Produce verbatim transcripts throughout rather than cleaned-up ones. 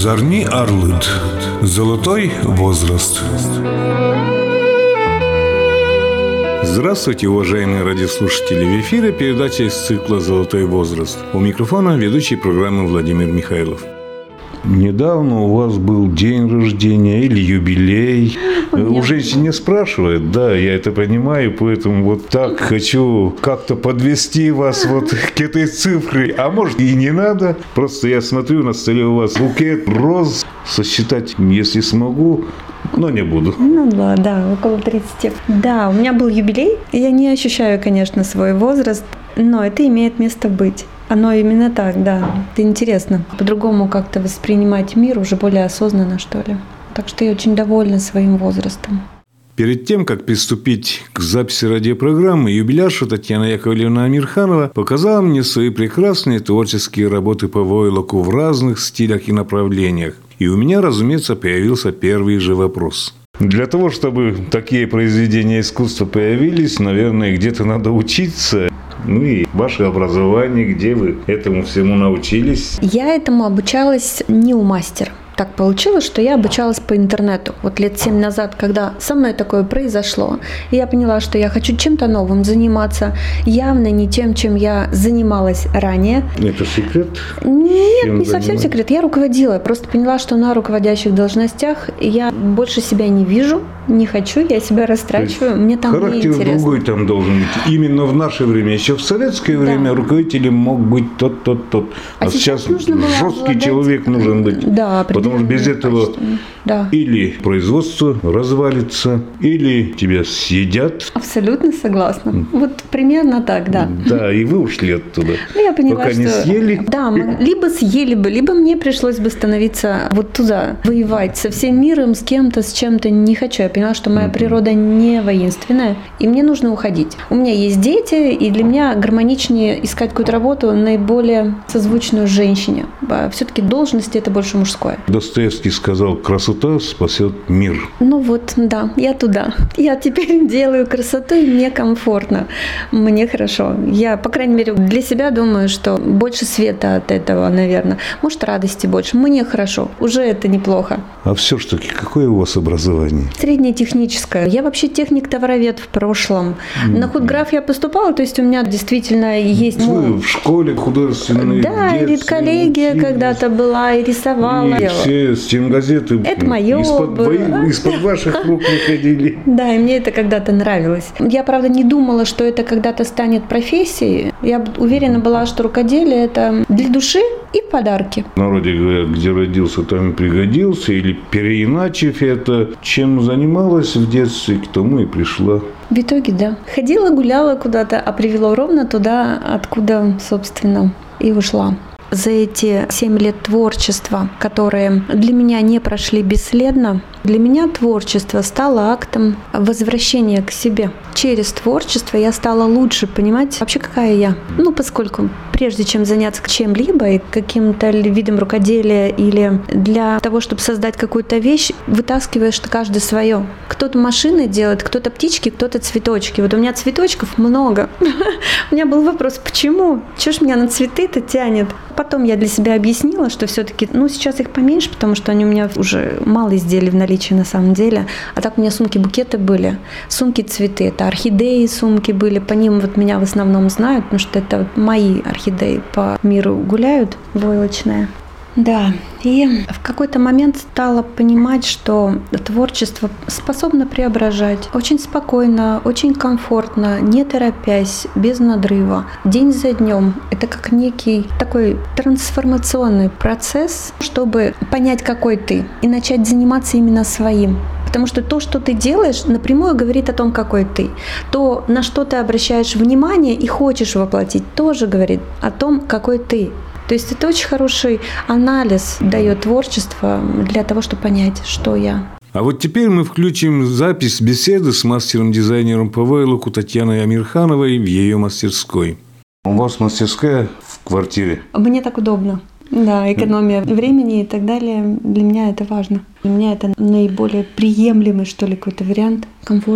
Зорни Арлыт. Золотой возраст. Здравствуйте, уважаемые радиослушатели! В эфире передача из цикла «Золотой возраст». У микрофона ведущий программы Владимир Михайлов. Недавно у вас был день рождения или юбилей. У женщин не спрашивают, да, я это понимаю, поэтому вот так хочу как-то подвести вас вот к этой цифре. А может и не надо. Просто я смотрю, на столе у вас букет роз. Сосчитать, если смогу, но не буду. Ну да, да, около тридцати. Да, у меня был юбилей. Я не ощущаю, конечно, свой возраст, но это имеет место быть. Оно именно так, да. Это интересно. По-другому как-то воспринимать мир, уже более осознанно, что ли. Так что я очень довольна своим возрастом. Перед тем, как приступить к записи радиопрограммы, юбилярша Татьяна Яковлевна Амирханова показала мне свои прекрасные творческие работы по войлоку в разных стилях и направлениях. И у меня, разумеется, появился первый же вопрос. Для того, чтобы такие произведения искусства появились, наверное, где-то надо учиться. Ну и ваше образование, где вы этому всему научились? Я этому обучалась не у мастера. Так получилось, что я обучалась по интернету. Вот лет семь назад, когда со мной такое произошло, и я поняла, что я хочу чем-то новым заниматься, явно не тем, чем я занималась ранее. Это секрет? Нет, чем не совсем занимаетесь? Секрет. Я руководила. Просто поняла, что на руководящих должностях я больше себя не вижу, не хочу, я себя растрачиваю, мне там характер неинтересно. Другой там должен быть. Именно в наше время. Еще в советское да. время руководителем мог быть тот, тот, тот. А, а сейчас, сейчас жесткий обладать... человек нужен быть. Да, потому что без этого да. или производство развалится, или тебя съедят. Абсолютно согласна. Вот примерно так, да. Да, и вы ушли оттуда. Ну, я поняла, пока что... не съели. Да, мы либо съели бы, либо мне пришлось бы становиться вот туда, воевать со всем миром, с кем-то, с чем-то. Не хочу. Я поняла, что моя природа не воинственная, и мне нужно уходить. У меня есть дети, и для меня гармоничнее искать какую-то работу наиболее созвучную женщине. Все-таки должность – это больше мужское. Достоевский сказал, красота спасет мир. Ну вот, да, я туда. Я теперь делаю красоту, и мне комфортно. Мне хорошо. Я, по крайней мере, для себя думаю, что больше света от этого, наверное. Может, радости больше. Мне хорошо. Уже это неплохо. А все-таки какое у вас образование? Среднее техническое. Я вообще техник-товаровед в прошлом. Mm-hmm. На худграф я поступала, то есть у меня действительно есть... Вы ну, в школе художественной. Да, и редколлегия когда-то была, и рисовала. И все стенгазеты это мое из-под, было. из-под ваших рук выходили. Да, и мне это когда-то нравилось. Я, правда, не думала, что это когда-то станет профессией. Я уверена была, что рукоделие – это для души и подарки. В народе говорят, где родился, там и пригодился. Или переиначив это, чем занималась в детстве, к тому и пришла. В итоге, да. Ходила, гуляла куда-то, а привело ровно туда, откуда, собственно, и ушла. За эти семь лет творчества, которые для меня не прошли бесследно, для меня творчество стало актом возвращения к себе. Через творчество я стала лучше понимать вообще, какая я. Ну, поскольку прежде чем заняться чем-либо, и каким-то видом рукоделия или для того, чтобы создать какую-то вещь, вытаскиваешь каждый свое. Кто-то машины делает, кто-то птички, кто-то цветочки. Вот у меня цветочков много. У меня был вопрос, почему? Чего ж меня на цветы-то тянет? Потом я для себя объяснила, что все-таки, ну, сейчас их поменьше, потому что они у меня уже мало изделий в наличии на самом деле. А так у меня сумки-букеты были. Сумки-цветы. Это орхидеи сумки были. По ним вот меня в основном знают, потому что это вот мои орхидеи по миру гуляют, войлочные. Да, и в какой-то момент стала понимать, что творчество способно преображать очень спокойно, очень комфортно, не торопясь, без надрыва, день за днем. Это как некий такой трансформационный процесс, чтобы понять, какой ты, и начать заниматься именно своим. Потому что то, что ты делаешь, напрямую говорит о том, какой ты. То, на что ты обращаешь внимание и хочешь воплотить, тоже говорит о том, какой ты. То есть это очень хороший анализ дает творчество для того, чтобы понять, что я. А вот теперь мы включим запись беседы с мастером-дизайнером по войлоку Татьяной Амирхановой в ее мастерской. У вас мастерская в квартире? Мне так удобно. Да, экономия времени и так далее. Для меня это важно. Для меня это наиболее приемлемый, что ли, какой-то вариант, комфортный.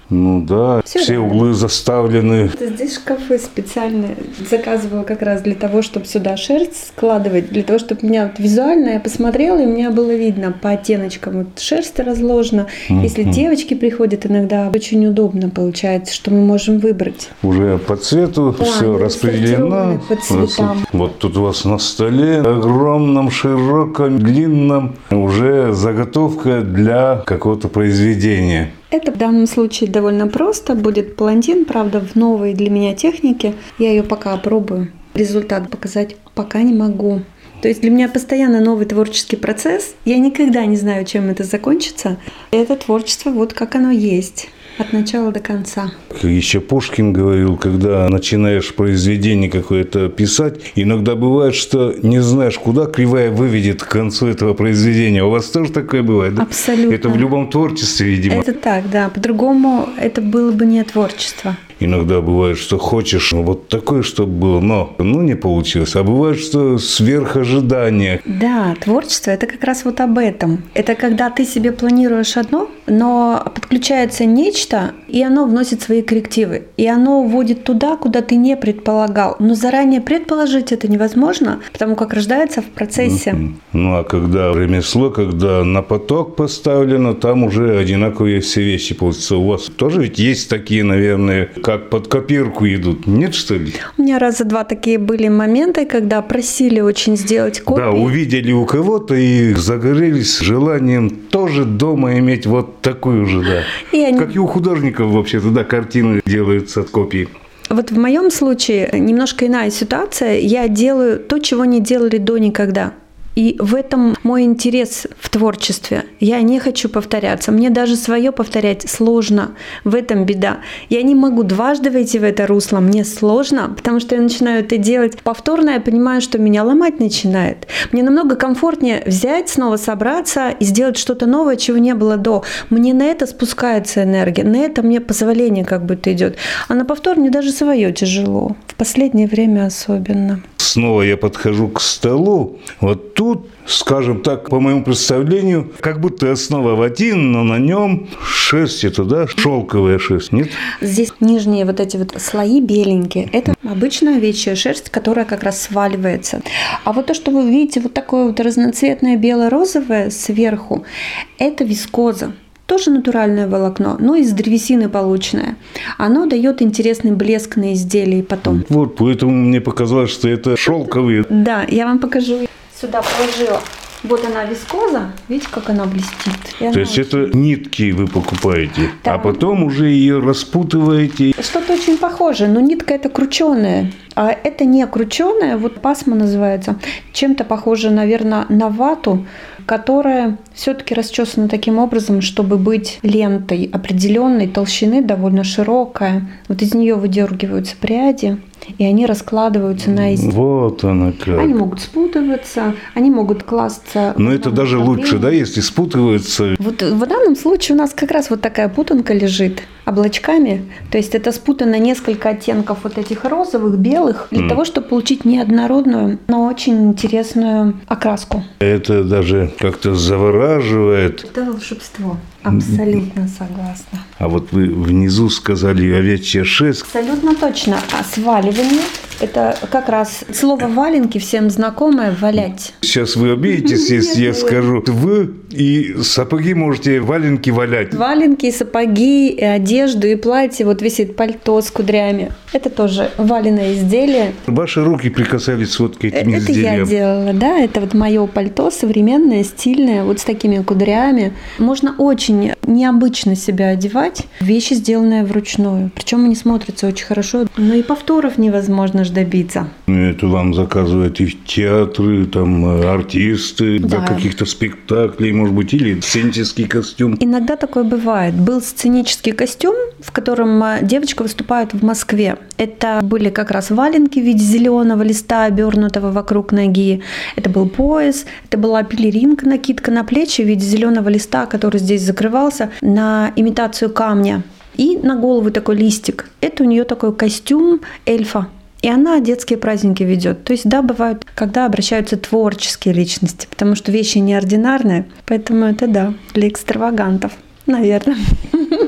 Ну да, Всё все рядом. углы заставлены. Здесь шкафы специальные. Заказывала как раз для того, чтобы сюда шерсть складывать, для того, чтобы меня вот визуально я посмотрела, и мне было видно по оттеночкам. Вот шерсть разложена. Mm-hmm. Если девочки приходят иногда, очень удобно получается, что мы можем выбрать. Уже по цвету да, все распределено. По цветам. Вот тут у вас на столе, огромном, широком, длинном, уже заготовка для какого-то произведения. Это в данном случае довольно просто. Будет палантин, правда, в новой для меня технике. Я ее пока пробую. Результат показать пока не могу. То есть для меня постоянно новый творческий процесс. Я никогда не знаю, чем это закончится. Это творчество вот как оно есть. От начала до конца. Еще Пушкин говорил, когда начинаешь произведение какое-то писать, иногда бывает, что не знаешь, куда кривая выведет к концу этого произведения. У вас тоже такое бывает, да? Абсолютно. Это в любом творчестве, видимо. Это так, да. По-другому это было бы не творчество. Иногда бывает, что хочешь вот такое, чтобы было, но ну, не получилось. А бывает, что сверх ожидания. Да, творчество – это как раз вот об этом. Это когда ты себе планируешь одно, но подключается нечто, и оно вносит свои коррективы. И оно уводит туда, куда ты не предполагал. Но заранее предположить это невозможно, потому как рождается в процессе. Mm-hmm. Ну, а когда ремесло, когда на поток поставлено, там уже одинаковые все вещи получаются. У вас тоже ведь есть такие, наверное, как под копирку идут. Нет, что ли? У меня раза два такие были моменты, когда просили очень сделать копии. Да, увидели у кого-то и загорелись желанием тоже дома иметь вот такую же, да. И они... Как и у художников вообще-то, да, картины делаются от копий. Вот в моем случае немножко иная ситуация. Я делаю то, чего не делали до никогда. И в этом мой интерес в творчестве. Я не хочу повторяться. Мне даже свое повторять сложно. В этом беда. Я не могу дважды войти в это русло. Мне сложно, потому что я начинаю это делать повторно. Я понимаю, что меня ломать начинает. Мне намного комфортнее взять, снова собраться и сделать что-то новое, чего не было до. Мне на это спускается энергия. На это мне позволение как будто идет. А на повтор мне даже свое тяжело. В последнее время особенно. Снова я подхожу к столу. Вот тут, скажем так, по моему представлению, как будто основа ватин, но на нем шерсть, это, да, шелковая шерсть, нет? Здесь нижние вот эти вот слои беленькие. Это обычная овечья шерсть, которая как раз сваливается. А вот то, что вы видите, вот такое вот разноцветное бело-розовое сверху, это вискоза. Тоже натуральное волокно, но из древесины полученное. Оно дает интересный блеск на изделии потом. Вот, поэтому мне показалось, что это шелковые. Да, я вам покажу. Сюда положила. Вот она вискоза. Видите, как она блестит? И То есть очень... это нитки вы покупаете, да. А потом уже ее распутываете. Что-то очень похожее, но нитка это крученая. А это не крученая, вот пасма называется. Чем-то похоже, наверное, на вату, которая все-таки расчесана таким образом, чтобы быть лентой определенной толщины, довольно широкая. Вот из нее выдергиваются пряди, и они раскладываются на изделие. Вот она как. Они могут спутываться, они могут класться. Но это даже лучше, да, если спутываются. Вот в данном случае у нас как раз вот такая путанка лежит облачками. То есть это спутано несколько оттенков вот этих розовых, белых, для mm. того, чтобы получить неоднородную, но очень интересную окраску. Это даже как-то завораживает. Это волшебство. Абсолютно согласна. А вот вы внизу сказали овечья шерсть. Абсолютно точно. А сваливание – это как раз слово «валенки» всем знакомое «валять». Сейчас вы обидитесь, если я скажу. Вы и сапоги можете валенки валять. Валенки, и сапоги, и одежду, и платье. Вот висит пальто с кудрями. Это тоже валеное изделие. Ваши руки прикасались вот к этим это изделиям. Это я делала, да. Это вот мое пальто современное, стильное, вот с такими кудрями. Можно очень необычно себя одевать. Вещи, сделанные вручную. Причем они смотрятся очень хорошо. Но и повторов невозможно же добиться. Это вам заказывают и театры, там артисты, да. Для каких-то спектаклей, может быть, или сценический костюм. Иногда такое бывает. Был сценический костюм, в котором девочка выступает в Москве. Это были как раз валенки в виде зеленого листа, обернутого вокруг ноги. Это был пояс, это была пелеринка, накидка на плечи в виде зеленого листа, который здесь закрывался на имитацию камня. И на голову такой листик. Это у нее такой костюм эльфа. И она детские праздники ведет. То есть, да, бывают, когда обращаются творческие личности, потому что вещи неординарные. Поэтому это, да, для экстравагантов, наверное.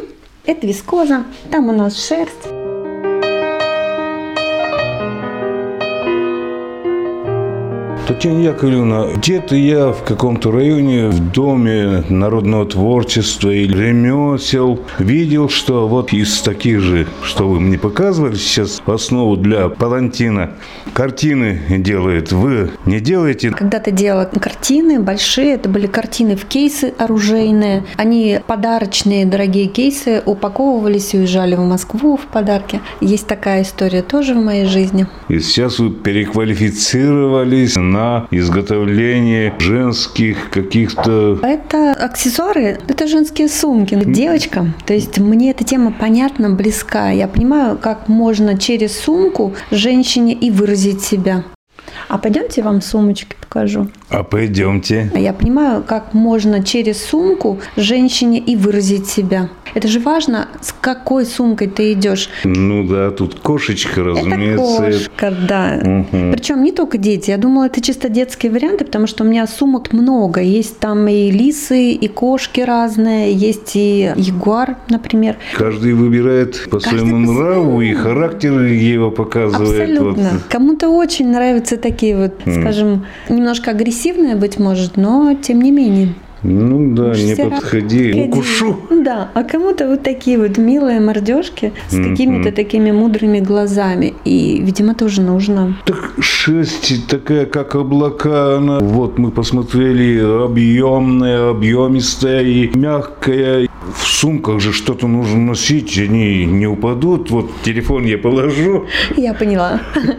Это вискоза, там у нас шерсть. Татьяна Яковлевна, где-то я в каком-то районе в Доме народного творчества или ремесел видел, что вот из таких же, что вы мне показывали сейчас, основу для палантина, картины делает. Вы не делаете? Когда-то делала картины большие, это были картины в кейсы оружейные. Они подарочные, дорогие кейсы, упаковывались и уезжали в Москву в подарки. Есть такая история тоже в моей жизни. И сейчас вы переквалифицировались на изготовление женских каких-то... Это аксессуары, это женские сумки. Девочкам, то есть мне эта тема понятна, близка. Я понимаю, как можно через сумку женщине и выразить себя. А пойдемте вам сумочки покажу. А пойдемте. Я понимаю, как можно через сумку женщине и выразить себя. Это же важно, с какой сумкой ты идешь. Ну да, тут кошечка, разумеется. Это кошка, да. Угу. Причем не только дети. Я думала, это чисто детские варианты, потому что у меня сумок много. Есть там и лисы, и кошки разные, есть и ягуар, например. Каждый выбирает по Каждый своему по нраву, своему. И характер его показывает. Абсолютно. Вот. Кому-то очень нравятся такие вот, mm. скажем, немножко агрессивные, быть может, но тем не менее. Ну да, не Все подходи, подходи. укушу. Да, а кому-то вот такие вот милые мордежки с Mm-hmm. какими-то такими мудрыми глазами. И, видимо, тоже нужно. Так шерсть такая, как облака, она, вот мы посмотрели, объемная, объемистая и мягкая. В сумках же что-то нужно носить, они не упадут. Вот телефон я положу. Я поняла.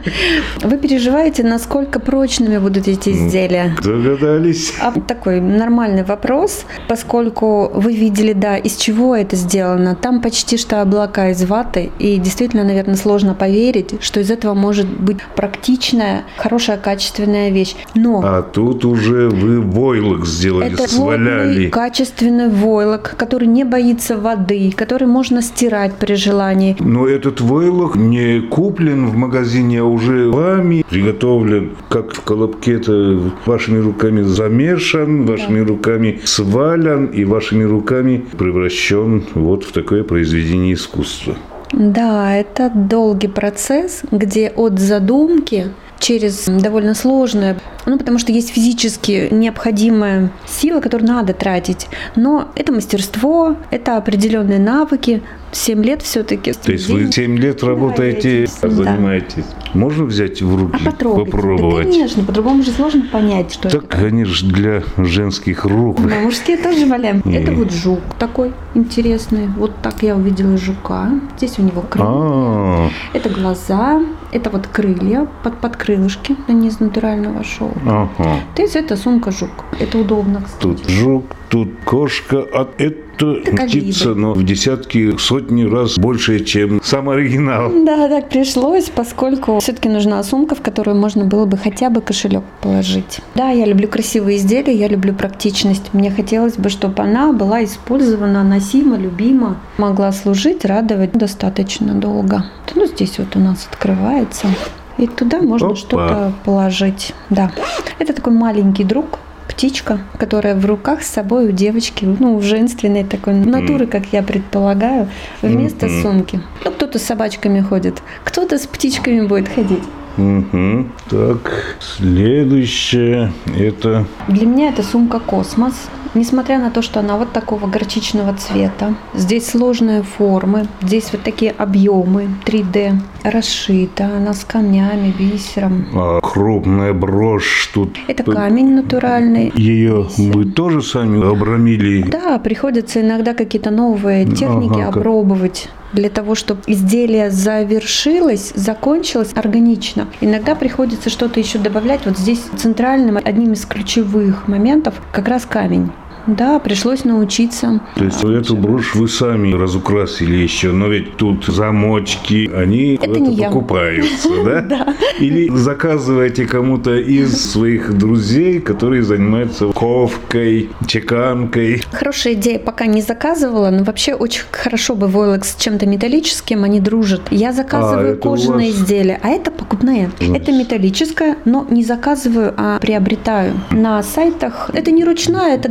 Вы переживаете, насколько прочными будут эти изделия? Догадались. А такой нормальный вопрос, поскольку вы видели, да, из чего это сделано. Там почти что облака из ваты, и действительно, наверное, сложно поверить, что из этого может быть практичная, хорошая, качественная вещь. Но А тут уже вы войлок сделали, это сваляли. плотный, качественный войлок, который не боится воды, который можно стирать при желании. Но этот войлок не куплен в магазине, а уже вами приготовлен, как в колобке-то, вашими руками замешан, вашими да. руками свалян и вашими руками превращен вот в такое произведение искусства. Да, это долгий процесс, где от задумки через довольно сложное, ну, потому что есть физически необходимая сила, которую надо тратить, но это мастерство, это определенные навыки. Семь лет все-таки. То есть вы семь лет работаете, да, занимаетесь. Да. Можно взять в руки, а попробовать? Да, конечно, по-другому же сложно понять, что так, это. Так они же для женских рук. Но мужские тоже валяем. И... Это вот жук такой интересный. Вот так я увидела жука. Здесь у него крылья. А-а-а. Это глаза, это вот крылья под подкрылышки, они из натурального шелка. Ага. То есть это сумка жук. Это удобно, кстати. Тут жук, тут кошка, а это, это птица, но в десятки, сотни раз больше, чем сам оригинал. Да, так пришлось, поскольку все-таки нужна сумка, в которую можно было бы хотя бы кошелек положить. Да, я люблю красивые изделия, я люблю практичность. Мне хотелось бы, чтобы она была использована, носима, любима, могла служить, радовать достаточно долго. Ну, здесь вот у нас открывается. И туда можно Опа. Что-то положить. Да. Это такой маленький друг. Птичка, которая в руках с собой у девочки, ну, женственной такой натуры, как я предполагаю, вместо mm-hmm. сумки. Ну, кто-то с собачками ходит, кто-то с птичками будет ходить. Угу. Так, следующее это... Для меня это сумка «Космос». Несмотря на то, что она вот такого горчичного цвета, здесь сложные формы, здесь вот такие объемы, три дэ, расшита, она с камнями, бисером. А крупная брошь тут... Это камень натуральный. Ее бисер. Вы тоже сами обрамили? Да, приходится иногда какие-то новые техники ага, опробовать. Для того, чтобы изделие завершилось, закончилось органично. Иногда приходится что-то еще добавлять. Вот здесь центральным, одним из ключевых моментов как раз камень. Да, пришлось научиться. То есть эту брошь вы сами разукрасили еще, но ведь тут замочки, они это, это покупаются, да? Да. Или заказываете кому-то из своих друзей, которые занимаются ковкой, чеканкой? Хорошая идея, пока не заказывала, но вообще очень хорошо бы войлок с чем-то металлическим, они дружат. Я заказываю а, кожаные вас... изделия, а это покупные. Значит. Это металлическое, но не заказываю, а приобретаю на сайтах. Это не ручная, это промышленная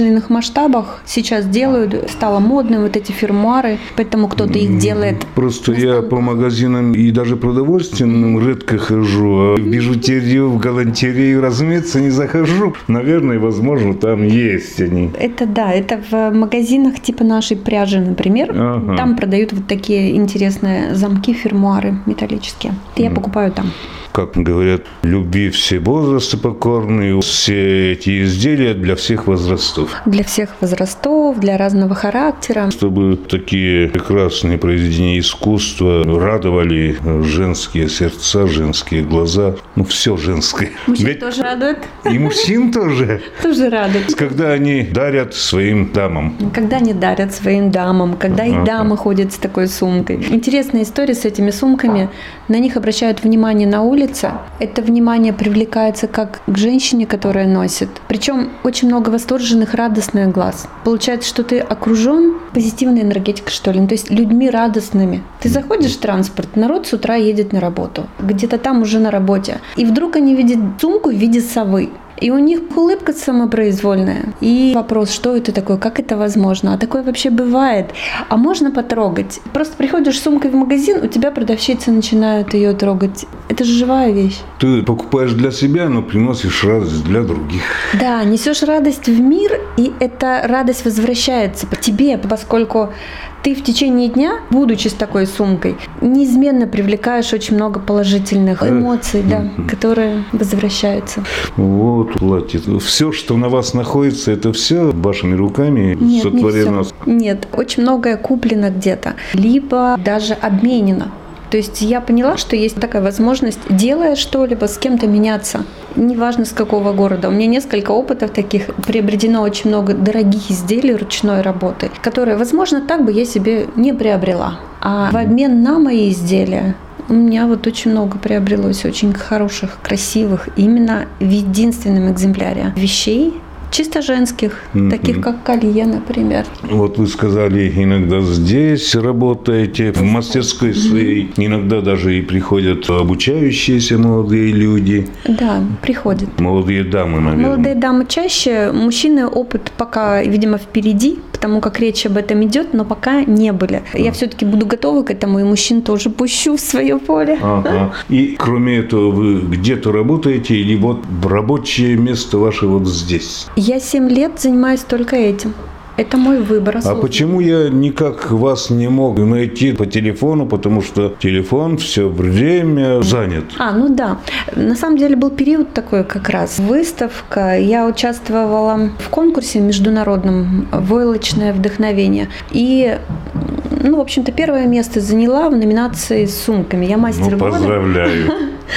промышленных масштабах сейчас делают, стало модным вот эти фермуары, поэтому кто-то их делает. Просто я по магазинам и даже продовольственным редко хожу, а в бижутерию, в галантерею, разумеется, не захожу. Наверное, возможно, там есть они. Это да, это в магазинах типа нашей пряжи, например. Ага. Там продают вот такие интересные замки, фермуары металлические. Я mm. покупаю там. Как говорят, любви все возрасты покорны, все эти изделия для всех возрастов. Для всех возрастов, для разного характера. Чтобы такие прекрасные произведения искусства радовали женские сердца, женские глаза. Ну, все женское. Мужчин Ведь... тоже радует. И мужчин тоже. Тоже радует. Когда они дарят своим дамам. Когда они дарят своим дамам, когда и дамы ходят с такой сумкой. Интересная история с этими сумками. На них обращают внимание на улице. Это внимание привлекается как к женщине, которая носит. Причем очень много восторженных, радостных глаз. Получается, что ты окружен позитивной энергетикой, что ли. Ну, то есть людьми радостными. Ты заходишь в транспорт, народ с утра едет на работу. Где-то там уже на работе. И вдруг они видят сумку в виде совы. И у них улыбка самопроизвольная. И вопрос, что это такое, как это возможно? А такое вообще бывает. А можно потрогать? Просто приходишь с сумкой в магазин, у тебя продавщицы начинают ее трогать. Это же живая вещь. Ты покупаешь для себя, но приносишь радость для других. Да, несешь радость в мир, и эта радость возвращается к тебе, поскольку ты в течение дня, будучи с такой сумкой, неизменно привлекаешь очень много положительных эмоций, да, mm-hmm. которые возвращаются. Вот, платье. Все, что на вас находится, это все вашими руками Нет, сотворено? Не все. Нет, очень многое куплено где-то, либо даже обменено. То есть я поняла, что есть такая возможность, делая что-либо, с кем-то меняться. Неважно, с какого города. У меня несколько опытов таких. Приобретено очень много дорогих изделий ручной работы, которые, возможно, так бы я себе не приобрела. А в обмен на мои изделия у меня вот очень много приобрелось очень хороших, красивых, именно в единственном экземпляре вещей, чисто женских, mm-hmm. таких как колье, например. Вот вы сказали, иногда здесь работаете, в мастерской своей. Mm-hmm. Иногда даже и приходят обучающиеся молодые люди. Да, приходят. Молодые дамы, наверное. Молодые дамы чаще. Мужчины опыт пока, видимо, впереди, потому как речь об этом идет, но пока не были. А. Я все-таки буду готова к этому, и мужчин тоже пущу в свое поле. Ага. И кроме этого, вы где-то работаете или вот рабочее место ваше вот здесь? Я семь лет занимаюсь только этим. Это мой выбор. А почему я никак вас не мог найти по телефону, потому что телефон все время занят? А, ну да. На самом деле был период такой как раз. Выставка. Я участвовала в конкурсе международном «Войлочное вдохновение». И, ну, в общем-то, первое место заняла в номинации с сумками. Я мастер ну, года. Поздравляю.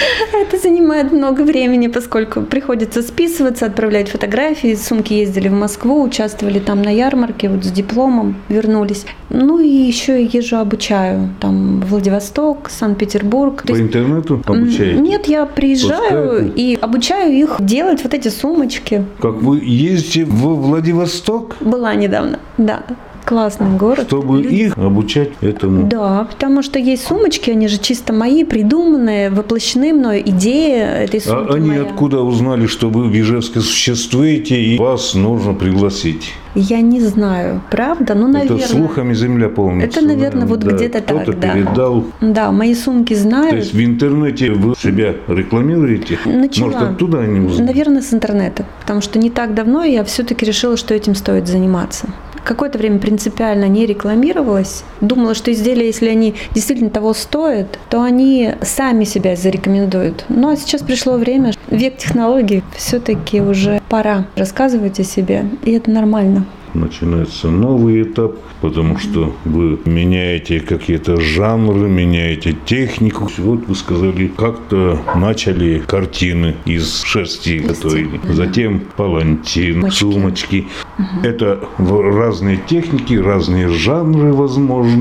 Это занимает много времени, поскольку приходится списываться, отправлять фотографии. Сумки ездили в Москву, участвовали там на ярмарке, вот с дипломом вернулись. Ну и еще и езжу, обучаю. Там Владивосток, Санкт-Петербург. По интернету обучаете? Нет, я приезжаю и обучаю их делать вот эти сумочки. Как вы ездите в Владивосток? Была недавно, да. Классный город. Чтобы Люди... их обучать этому. Да, потому что есть сумочки, они же чисто мои, придуманные, воплощены мной идеи этой сумки. А они моя. Откуда узнали, что вы в Ижевске существуете и вас нужно пригласить? Я не знаю, правда? Ну, наверное. Это слухами земля полнится. Это, наверное, вот да, где-то так, кто-то да. передал. Да, мои сумки знают. То есть в интернете вы себя рекламируете? Начала. Может, оттуда они узнали? Наверное, с интернета. Потому что не так давно я все-таки решила, что этим стоит заниматься. Какое-то время принципиально не рекламировалась. Думала, что изделия, если они действительно того стоят, то они сами себя зарекомендуют. Ну, а сейчас пришло время, век технологий, все-таки уже пора рассказывать о себе, и это нормально. Начинается новый этап, потому что вы меняете какие-то жанры, меняете технику. Вот вы сказали, как-то начали картины из шерсти готовили, затем палантин, Мочки. сумочки. Угу. Это разные техники, разные жанры, возможно.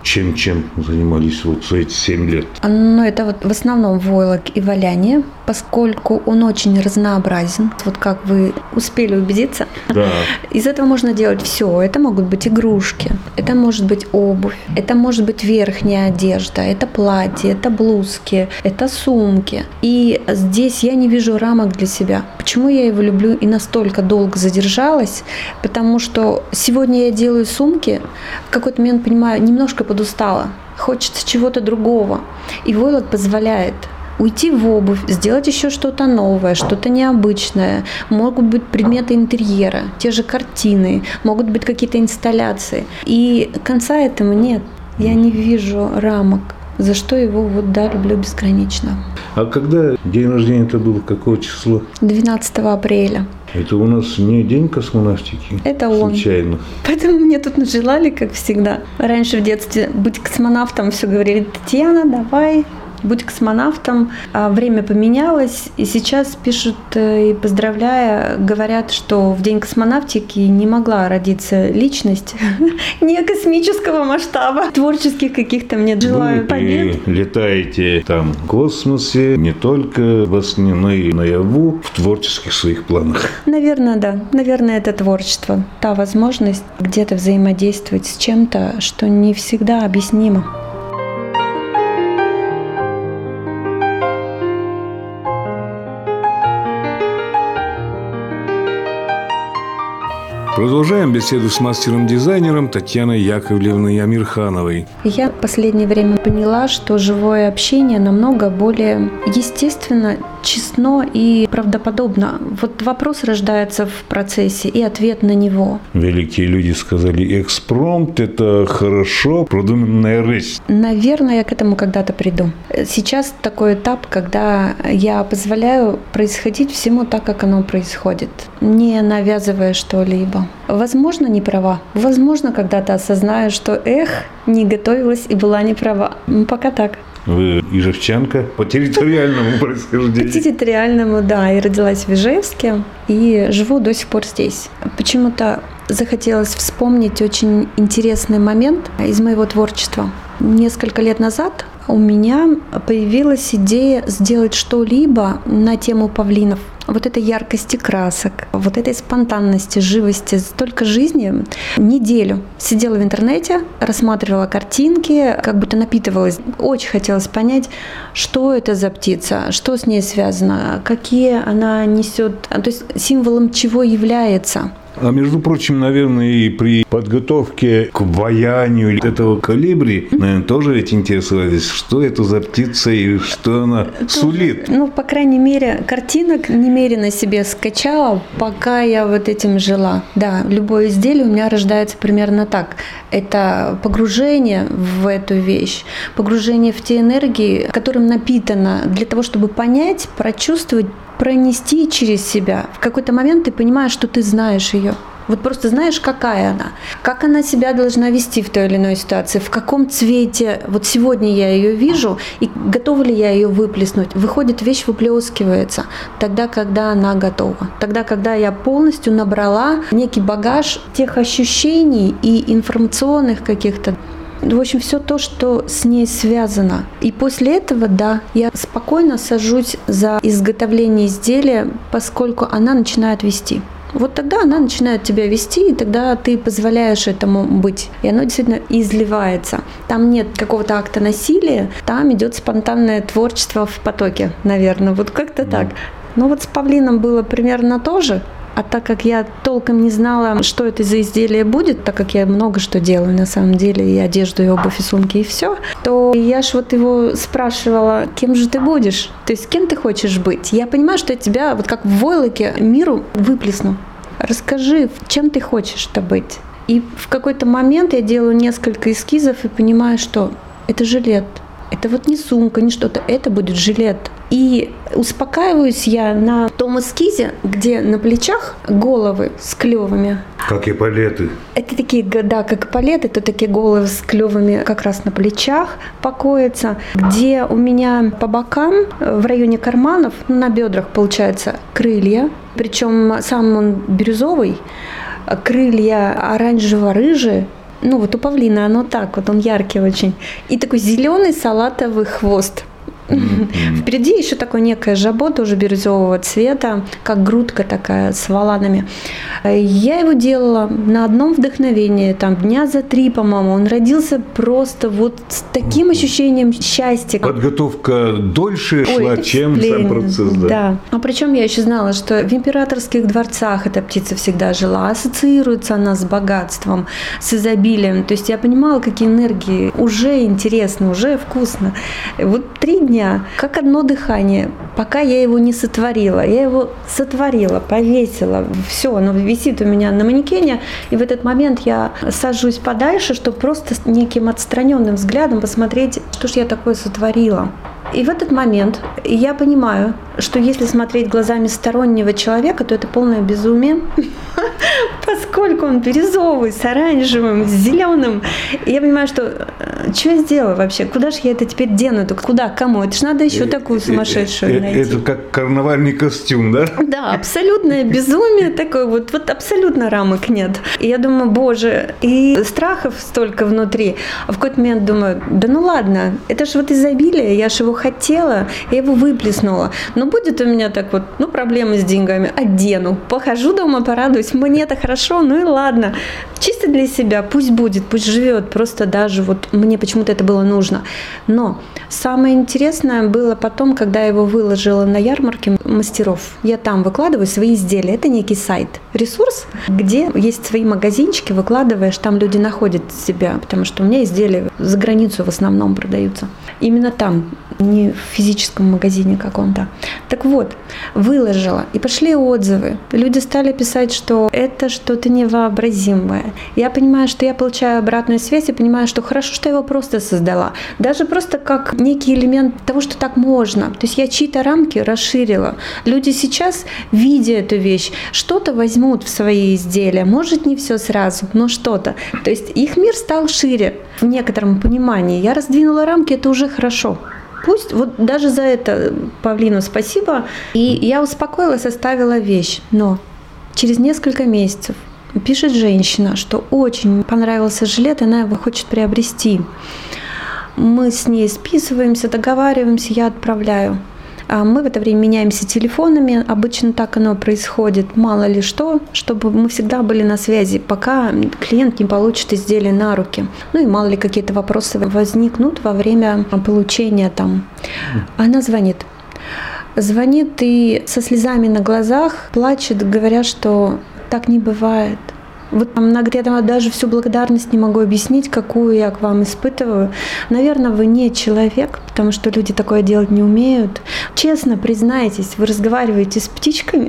Чем-чем занимались вот за эти семь лет? Ну, это вот в основном войлок и валяние, поскольку он очень разнообразен. Вот как вы успели убедиться. Да. Из этого можно делать все. Это могут быть игрушки, это может быть обувь, это может быть верхняя одежда, это платье, это блузки, это сумки. И здесь я не вижу рамок для себя. Почему я его люблю и настолько долго задержалась? Потому что сегодня я делаю сумки, в какой-то момент понимаю, немножко подустала, хочется чего-то другого. И войлок позволяет уйти в обувь, сделать еще что-то новое, что-то необычное. Могут быть предметы интерьера, те же картины, могут быть какие-то инсталляции. И конца этому нет. Я не вижу рамок, за что его вот да, люблю безгранично. А когда день рождения это был, какого числа? двенадцатого апреля. Это у нас не день космонавтики? Это он. Случайно. Поэтому мне тут нажелали, как всегда. Раньше в детстве быть космонавтом все говорили: Татьяна, давай, будь космонавтом. А время поменялось, и сейчас пишут и поздравляя, говорят, что в день космонавтики не могла родиться личность не космического масштаба, творческих каких-то мне желаю побед. Вы летаете там в космосе не только во сне, но и наяву в творческих своих планах. Наверное, да. Наверное, это творчество. Та возможность где-то взаимодействовать с чем-то, что не всегда объяснимо. Продолжаем беседу с мастером-дизайнером Татьяной Яковлевной Амирхановой. Я в последнее время поняла, что живое общение намного более естественно, честно и правдоподобно. Вот вопрос рождается в процессе и ответ на него. Великие люди сказали: экспромт – это хорошо продуманная речь. Наверное, я к этому когда-то приду. Сейчас такой этап, когда я позволяю происходить всему так, как оно происходит, не навязывая что-либо. Возможно, не права. Возможно, когда-то осознаю, что эх, не готовилась и была не права. Пока так. Вы ижевчанка по территориальному происхождению? По территориальному, да. Я родилась в Ижевске и живу до сих пор здесь. Почему-то захотелось вспомнить очень интересный момент из моего творчества. Несколько лет назад у меня появилась идея сделать что-либо на тему павлинов. Вот этой яркости красок, вот этой спонтанности, живости, столько жизни. Неделю сидела в интернете, рассматривала картинки, как будто напитывалась. Очень хотелось понять, что это за птица, что с ней связано, какие она несет, то есть символом чего является. А между прочим, наверное, и при подготовке к ваянию этого колибри, наверное, тоже ведь интересовались, что это за птица и что она тоже сулит. Ну, по крайней мере, картинок немерено себе скачала, пока я вот этим жила. Да, любое изделие у меня рождается примерно так. Это погружение в эту вещь, погружение в те энергии, которым напитано, для того, чтобы понять, прочувствовать, пронести через себя. В какой-то момент ты понимаешь, что ты знаешь ее. Вот просто знаешь, какая она, как она себя должна вести в той или иной ситуации, в каком цвете. Вот сегодня я ее вижу, и готова ли я ее выплеснуть. Выходит, вещь выплескивается тогда, когда она готова. Тогда, когда я полностью набрала некий багаж тех ощущений и информационных каких-то. В общем, все то, что с ней связано. И после этого, да, я спокойно сажусь за изготовление изделия, поскольку она начинает вести. Вот тогда она начинает тебя вести, и тогда ты позволяешь этому быть. И оно действительно изливается. Там нет какого-то акта насилия, там идет спонтанное творчество в потоке, наверное. Вот как-то так. Но вот с павлином было примерно то же. А так как я толком не знала, что это за изделие будет, так как я много что делаю на самом деле, и одежду, и обувь, и сумки, и все, то я ж вот его спрашивала: кем же ты будешь? То есть кем ты хочешь быть? Я понимаю, что я тебя вот как в войлоке миру выплесну. Расскажи, чем ты хочешь-то быть? И в какой-то момент я делаю несколько эскизов и понимаю, что это жилет. Это вот не сумка, не что-то, это будет жилет. И успокаиваюсь я на том эскизе, где на плечах головы с клевами. Как эполеты. Это такие, да, как эполеты, это такие головы с клевами как раз на плечах покоятся, где у меня по бокам, в районе карманов, на бедрах, получается, крылья. Причем сам он бирюзовый, крылья оранжево-рыжие, Ну вот у павлина оно так, вот он яркий очень. И такой зеленый салатовый хвост. Mm-hmm. Впереди еще такое некое жабо, тоже бирюзового цвета, как грудка такая с воланами. Я его делала на одном вдохновении, там дня за три, по-моему. Он родился просто вот с таким ощущением счастья. Подготовка дольше Ой, шла, чем сам процесс. Да. да. А причем я еще знала, что в императорских дворцах эта птица всегда жила. Ассоциируется она с богатством, с изобилием. То есть я понимала, какие энергии. Уже интересно, уже вкусно. Вот три дня, как одно дыхание, пока я его не сотворила. Я его сотворила, повесила. Все, оно висит у меня на манекене. И в этот момент я сажусь подальше, чтобы просто с неким отстраненным взглядом посмотреть, что ж я такое сотворила. И в этот момент я понимаю, что если смотреть глазами стороннего человека, то это полное безумие, поскольку он бирюзовый, с оранжевым, с зеленым. И я понимаю, что что я сделала вообще? Куда же я это теперь дену? Это куда? Кому? Это ж надо еще такую сумасшедшую найти. Это как карнавальный костюм, да? Да, абсолютное безумие такое, вот, вот абсолютно рамок нет. И я думаю, боже, и страхов столько внутри. А в какой-то момент думаю, да ну ладно, это же вот изобилие, я же его хотела, я его выплеснула. Но будет у меня так вот, ну, проблемы с деньгами, одену, похожу дома, порадуюсь, мне-то хорошо, ну и ладно. Чисто для себя, пусть будет, пусть живет, просто даже вот мне почему-то это было нужно. Но самое интересное было потом, когда я его выложила на ярмарке мастеров. Я там выкладываю свои изделия. Это некий сайт, ресурс, где есть свои магазинчики, выкладываешь, там люди находят себя, потому что у меня изделия за границу в основном продаются. Именно там, не в физическом магазине каком-то. Так вот, выложила, и пошли отзывы. Люди стали писать, что это что-то невообразимое. Я понимаю, что я получаю обратную связь, и понимаю, что хорошо, что я его просто создала. Даже просто как некий элемент того, что так можно. То есть я чьи-то рамки расширила. Люди сейчас, видя эту вещь, что-то возьмут в свои изделия. Может, не все сразу, но что-то. То есть их мир стал шире в некотором понимании. Я раздвинула рамки, это уже хорошо. Пусть, вот даже за это павлину спасибо. И я успокоилась, оставила вещь. Но через несколько месяцев пишет женщина, что очень понравился жилет, и она его хочет приобрести. Мы с ней списываемся, договариваемся, я отправляю. А мы в это время меняемся телефонами, обычно так оно происходит, мало ли что, чтобы мы всегда были на связи, пока клиент не получит изделие на руки. Ну и мало ли какие-то вопросы возникнут во время получения там. Она звонит. Звонит и со слезами на глазах плачет, говоря, что так не бывает. Вот она говорит, я даже всю благодарность не могу объяснить, какую я к вам испытываю. Наверное, вы не человек, потому что люди такое делать не умеют. Честно признайтесь, вы разговариваете с птичками.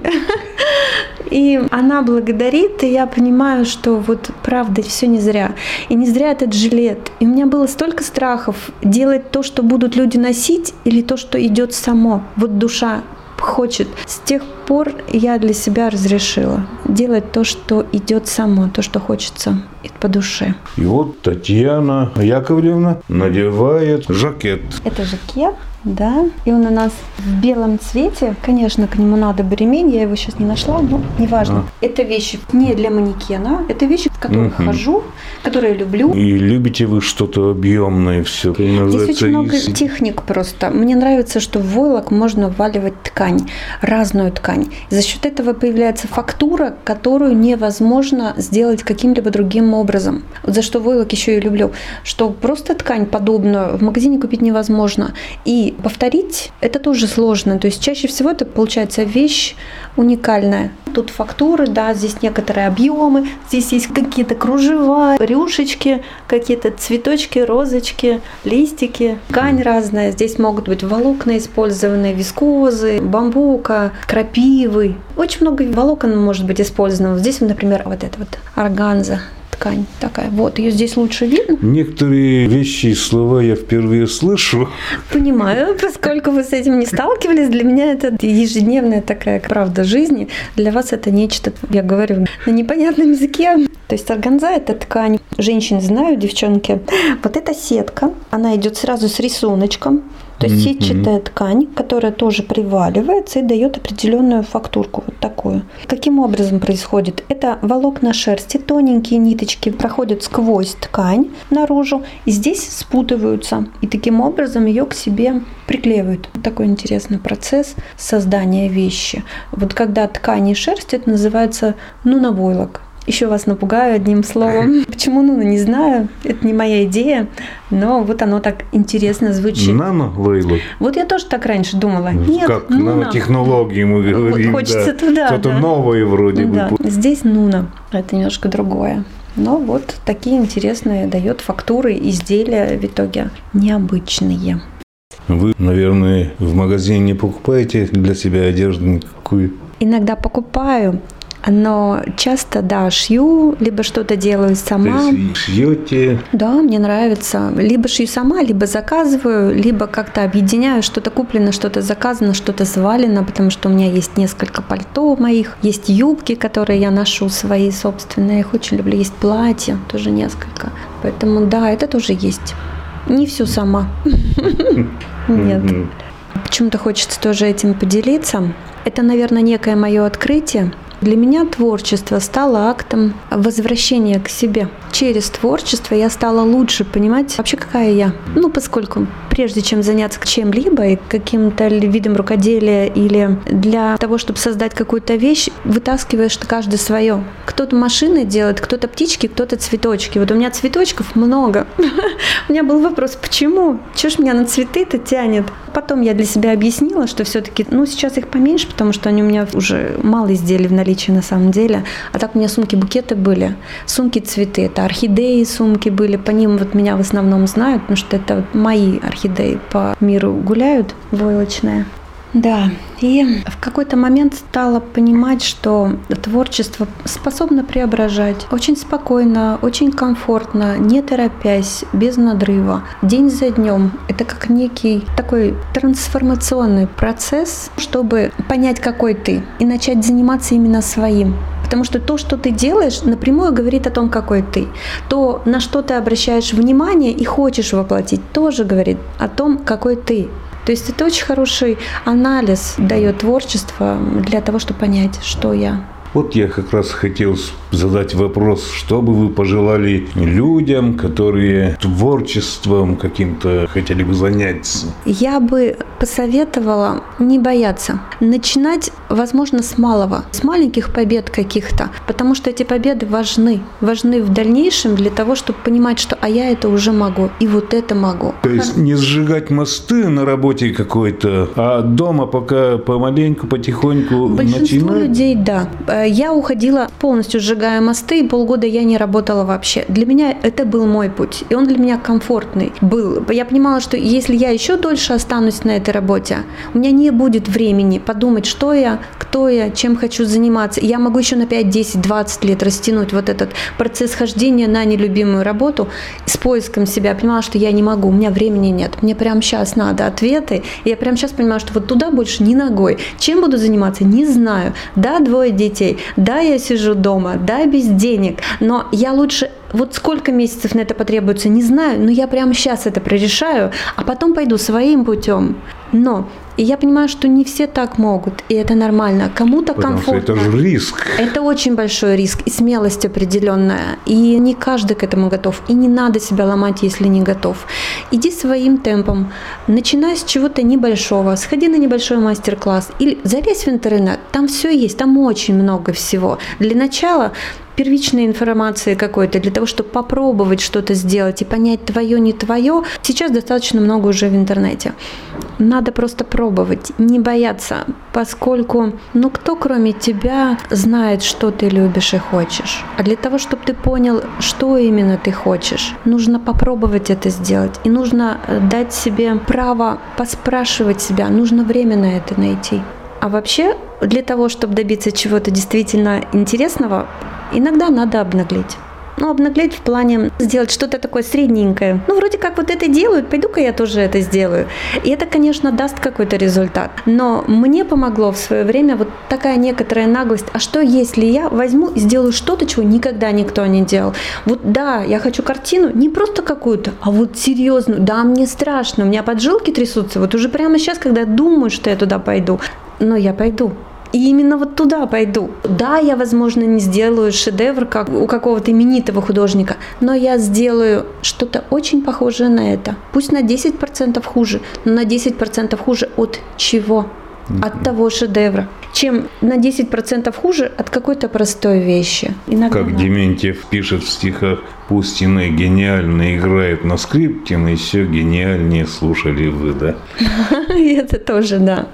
И она благодарит, и я понимаю, что вот правда все не зря. И не зря этот жилет. И у меня было столько страхов делать то, что будут люди носить, или то, что идет само. Вот душа хочет. С тех пор я для себя разрешила делать то, что идет само, то, что хочется по душе. И вот Татьяна Яковлевна надевает жакет. Это жакет, да, и он у нас в белом цвете. Конечно, к нему надо ремень, я его сейчас не нашла, но неважно. А. Это вещи не для манекена, это вещи, в которых угу. хожу, которые люблю. И любите вы что-то объемное все? Здесь очень много из... техник просто. Мне нравится, что в войлок можно вваливать ткань, разную ткань. За счет этого появляется фактура, которую невозможно сделать каким-либо другим образом. Вот за что войлок еще и люблю, что просто ткань подобную в магазине купить невозможно. И повторить это тоже сложно. То есть чаще всего это получается вещь уникальная. Тут фактуры, да, здесь некоторые объемы, здесь есть какие-то кружева, рюшечки, какие-то цветочки, розочки, листики, ткань разная. Здесь могут быть волокна использованы, вискозы, бамбука, крапивы. Очень много волокон может быть использовано. Здесь, например, вот это вот органза. Ткань такая. Вот, ее здесь лучше видно. Некоторые вещи и слова я впервые слышу. Понимаю, поскольку вы с этим не сталкивались, для меня это ежедневная такая правда жизни. Для вас это нечто, я говорю, на непонятном языке. То есть органза – это ткань. Женщины знают, девчонки. Вот эта сетка, она идет сразу с рисуночком. То есть сетчатая ткань, которая тоже приваливается и дает определенную фактурку, вот такую. Каким образом происходит? Это волокна шерсти, тоненькие ниточки проходят сквозь ткань наружу и здесь спутываются. И таким образом ее к себе приклеивают. Вот такой интересный процесс создания вещи. Вот когда ткань и шерсть, это называется нуна-войлок. Еще вас напугаю одним словом. Почему нуна, не знаю. Это не моя идея, но вот оно так интересно звучит. Нано-войлок? Вот я тоже так раньше думала. Нет, как нуна. Нанотехнологии мы говорим. Вот хочется да. туда. Что-то да. новое вроде да. бы. Здесь нуна. Это немножко другое. Но вот такие интересные дает фактуры, изделия в итоге необычные. Вы, наверное, в магазине не покупаете для себя одежду никакую? Иногда покупаю. Но часто, да, шью, либо что-то делаю сама. То есть шьете? Да, мне нравится. Либо шью сама, либо заказываю, либо как-то объединяю. Что-то куплено, что-то заказано, что-то свалено, потому что у меня есть несколько пальто моих. Есть юбки, которые я ношу свои собственные. Я их очень люблю. Есть платья, тоже несколько. Поэтому, да, это тоже есть. Не все сама. Нет. Почему-то хочется тоже этим поделиться. Это, наверное, некое мое открытие. Для меня творчество стало актом возвращения к себе. Через творчество я стала лучше понимать вообще, какая я. Ну, поскольку прежде чем заняться чем-либо, и каким-то видом рукоделия или для того, чтобы создать какую-то вещь, вытаскиваешь каждый свое. Кто-то машины делает, кто-то птички, кто-то цветочки. Вот у меня цветочков много. У меня был вопрос, почему? Чего ж меня на цветы-то тянет? Потом я для себя объяснила, что все-таки, ну, сейчас их поменьше, потому что они у меня уже мало изделий в наличии на самом деле. А так у меня сумки-букеты были. Сумки-цветы. Это орхидеи сумки были. По ним вот меня в основном знают, потому что это вот мои орхидеи по миру гуляют, войлочные. Да, и в какой-то момент стала понимать, что творчество способно преображать очень спокойно, очень комфортно, не торопясь, без надрыва, день за днем. Это как некий такой трансформационный процесс, чтобы понять, какой ты, и начать заниматься именно своим. Потому что то, что ты делаешь, напрямую говорит о том, какой ты. То, на что ты обращаешь внимание и хочешь воплотить, тоже говорит о том, какой ты. То есть это очень хороший анализ дает творчество для того, чтобы понять, что я. Вот я как раз хотел задать вопрос, что бы вы пожелали людям, которые творчеством каким-то хотели бы заняться? Я бы посоветовала не бояться. Начинать, возможно, с малого, с маленьких побед каких-то, потому что эти победы важны. Важны в дальнейшем для того, чтобы понимать, что а я это уже могу, и вот это могу. То есть не сжигать мосты на работе какой-то, а дома пока помаленьку, потихоньку Большинство начинать? людей, да. Я уходила полностью, сжигая мосты, и полгода я не работала вообще. Для меня это был мой путь, и он для меня комфортный был. Я понимала, что если я еще дольше останусь на этой работе, у меня не будет времени подумать, что я, кто я, чем хочу заниматься. Я могу еще на пять, десять, двадцать лет растянуть вот этот процесс хождения на нелюбимую работу с поиском себя. Я понимала, что я не могу, у меня времени нет. Мне прямо сейчас надо ответы. И я прямо сейчас понимаю, что вот туда больше ни ногой. Чем буду заниматься, не знаю. Да, двое детей. Да, я сижу дома, да, без денег, но я лучше, вот сколько месяцев на это потребуется, не знаю, но я прямо сейчас это прорешаю, а потом пойду своим путем. Но и я понимаю, что не все так могут, и это нормально. Кому-то Потому комфортно. что это же риск. Это очень большой риск и смелость определенная. И не каждый к этому готов. И не надо себя ломать, если не готов. Иди своим темпом. Начинай с чего-то небольшого. Сходи на небольшой мастер-класс. Или залезь в интернет. Там все есть. Там очень много всего. Для начала первичной информации какой-то, для того, чтобы попробовать что-то сделать и понять, твое, не твое. Сейчас достаточно много уже в интернете. Надо просто пробовать, не бояться, поскольку, ну, кто кроме тебя знает, что ты любишь и хочешь. А для того, чтобы ты понял, что именно ты хочешь, нужно попробовать это сделать. И нужно дать себе право поспрашивать себя, нужно время на это найти. А вообще, для того, чтобы добиться чего-то действительно интересного, иногда надо обнаглеть. Ну, обнаглеть в плане сделать что-то такое средненькое. Ну, вроде как вот это делают, пойду-ка я тоже это сделаю. И это, конечно, даст какой-то результат. Но мне помогло в свое время вот такая некоторая наглость. А что, если я возьму и сделаю что-то, чего никогда никто не делал? Вот да, я хочу картину, не просто какую-то, а вот серьезную. Да, мне страшно, у меня поджилки трясутся. Вот уже прямо сейчас, когда я думаю, что я туда пойду, но я пойду. И именно вот туда пойду. Да, я, возможно, не сделаю шедевр, как у какого-то именитого художника, но я сделаю что-то очень похожее на это. Пусть на десять процентов хуже, но на десять процентов хуже от чего? От того шедевра. Чем на десять процентов хуже от какой-то простой вещи. Иногда как надо. Дементьев пишет в стихах: «Пустины гениально играют на скрипке, но еще гениальнее слушали вы», да? Это тоже, да.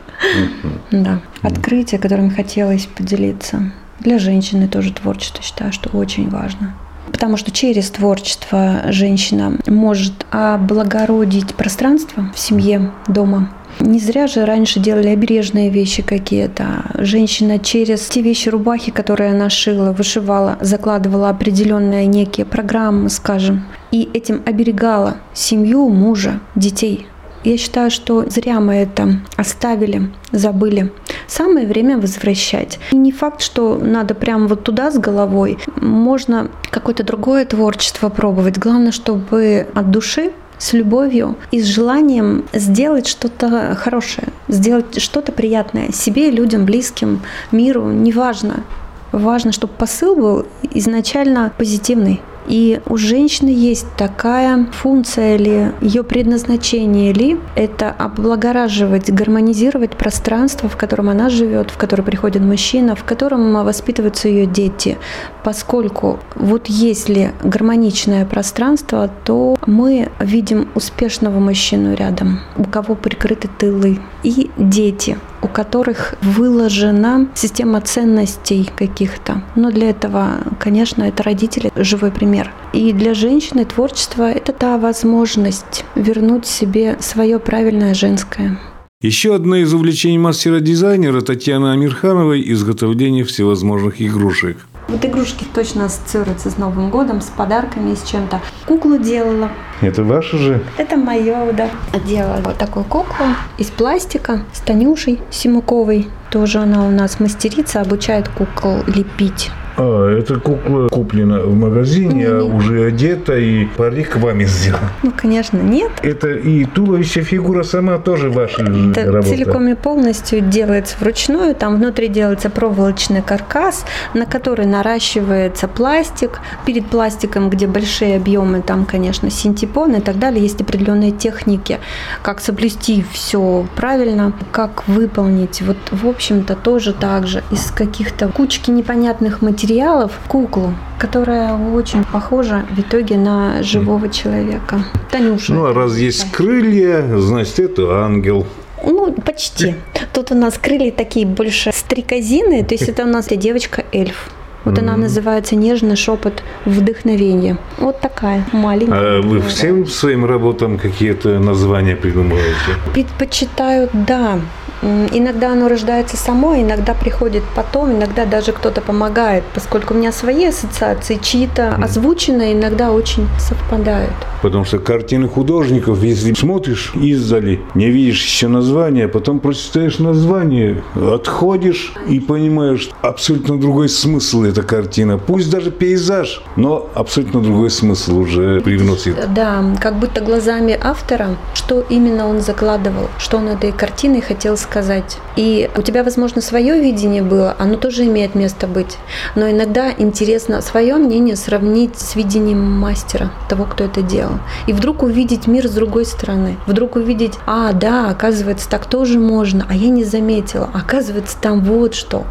Да. Открытие, которым хотелось поделиться. Для женщины тоже творчество, считаю, что очень важно. Потому что через творчество женщина может облагородить пространство в семье, дома. Не зря же раньше делали обережные вещи какие-то. Женщина через те вещи, рубахи, которые она шила, вышивала, закладывала определенные некие программы, скажем, и этим оберегала семью, мужа, детей. Я считаю, что зря мы это оставили, забыли. Самое время возвращать. И не факт, что надо прямо вот туда с головой. Можно какое-то другое творчество пробовать. Главное, чтобы от души, с любовью и с желанием сделать что-то хорошее, сделать что-то приятное себе, людям, близким, миру, неважно. Важно, чтобы посыл был изначально позитивный. И у женщины есть такая функция ли, ее предназначение ли, это облагораживать, гармонизировать пространство, в котором она живет, в которое приходит мужчина, в котором воспитываются ее дети. Поскольку вот если гармоничное пространство, то мы видим успешного мужчину рядом, у кого прикрыты тылы, и дети, у которых выложена система ценностей каких-то. Но для этого, конечно, это родители, живой пример. И для женщины творчество – это та возможность вернуть себе свое правильное женское. Еще одно из увлечений мастера-дизайнера Татьяны Амирхановой – изготовление всевозможных игрушек. Вот игрушки точно ассоциируются с Новым годом, с подарками и с чем-то. Куклу делала. Это ваше же? Это мое, да. Делала вот такую куклу из пластика с Танюшей Симуковой. Тоже она у нас мастерица, обучает кукол лепить. А, эта кукла куплена в магазине, а уже одета, и парик вами сделан. Ну, конечно, нет. Это и туловище, фигура сама тоже ваша Это работа? Целиком и полностью делается вручную. Там внутри делается проволочный каркас, на который наращивается пластик. Перед пластиком, где большие объемы, там, конечно, синтепон и так далее. Есть определенные техники, как соблюсти все правильно, как выполнить. Вот, в общем-то, тоже так же. Из каких-то кучки непонятных материалов куклу, которая очень похожа в итоге на живого человека. Танюша. Ну, а раз есть крылья, значит, это ангел. Ну, почти. Тут у нас крылья такие больше стрекозины, то есть это у нас девочка-эльф. Вот mm-hmm. она называется «Нежный шепот вдохновения». Вот такая маленькая. А вы всем своим работам какие-то названия придумываете? Предпочитаю, да. Иногда оно рождается само, иногда приходит потом, иногда даже кто-то помогает, поскольку у меня свои ассоциации, чьи-то mm. озвученные иногда очень совпадают. Потому что картины художников, если смотришь издали, не видишь еще названия, потом прочитаешь название, отходишь и понимаешь, абсолютно другой смысл эта картина. Пусть даже пейзаж, но абсолютно другой смысл уже привносит. Да, как будто глазами автора, что именно он закладывал, что он этой картиной хотел сказать. сказать. И у тебя, возможно, свое видение было, оно тоже имеет место быть. Но иногда интересно свое мнение сравнить с видением мастера, того, кто это делал. И вдруг увидеть мир с другой стороны. Вдруг увидеть, а, да, оказывается, так тоже можно, а я не заметила. Оказывается, там вот что.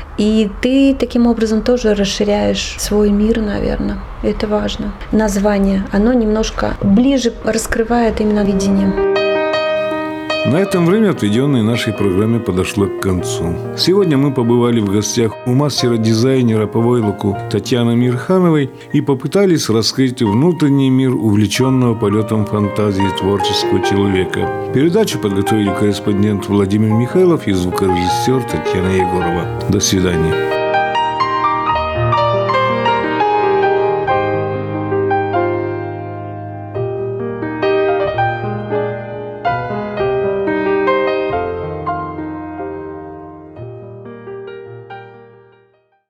И ты таким образом тоже расширяешь свой мир, наверное. Это важно. Название, оно немножко ближе раскрывает именно видение. На этом время, отведенное нашей программе, подошло к концу. Сегодня мы побывали в гостях у мастера-дизайнера по войлоку Татьяны Амирхановой и попытались раскрыть внутренний мир увлеченного полетом фантазии творческого человека. Передачу подготовили корреспондент Владимир Михайлов и звукорежиссер Татьяна Егорова. До свидания.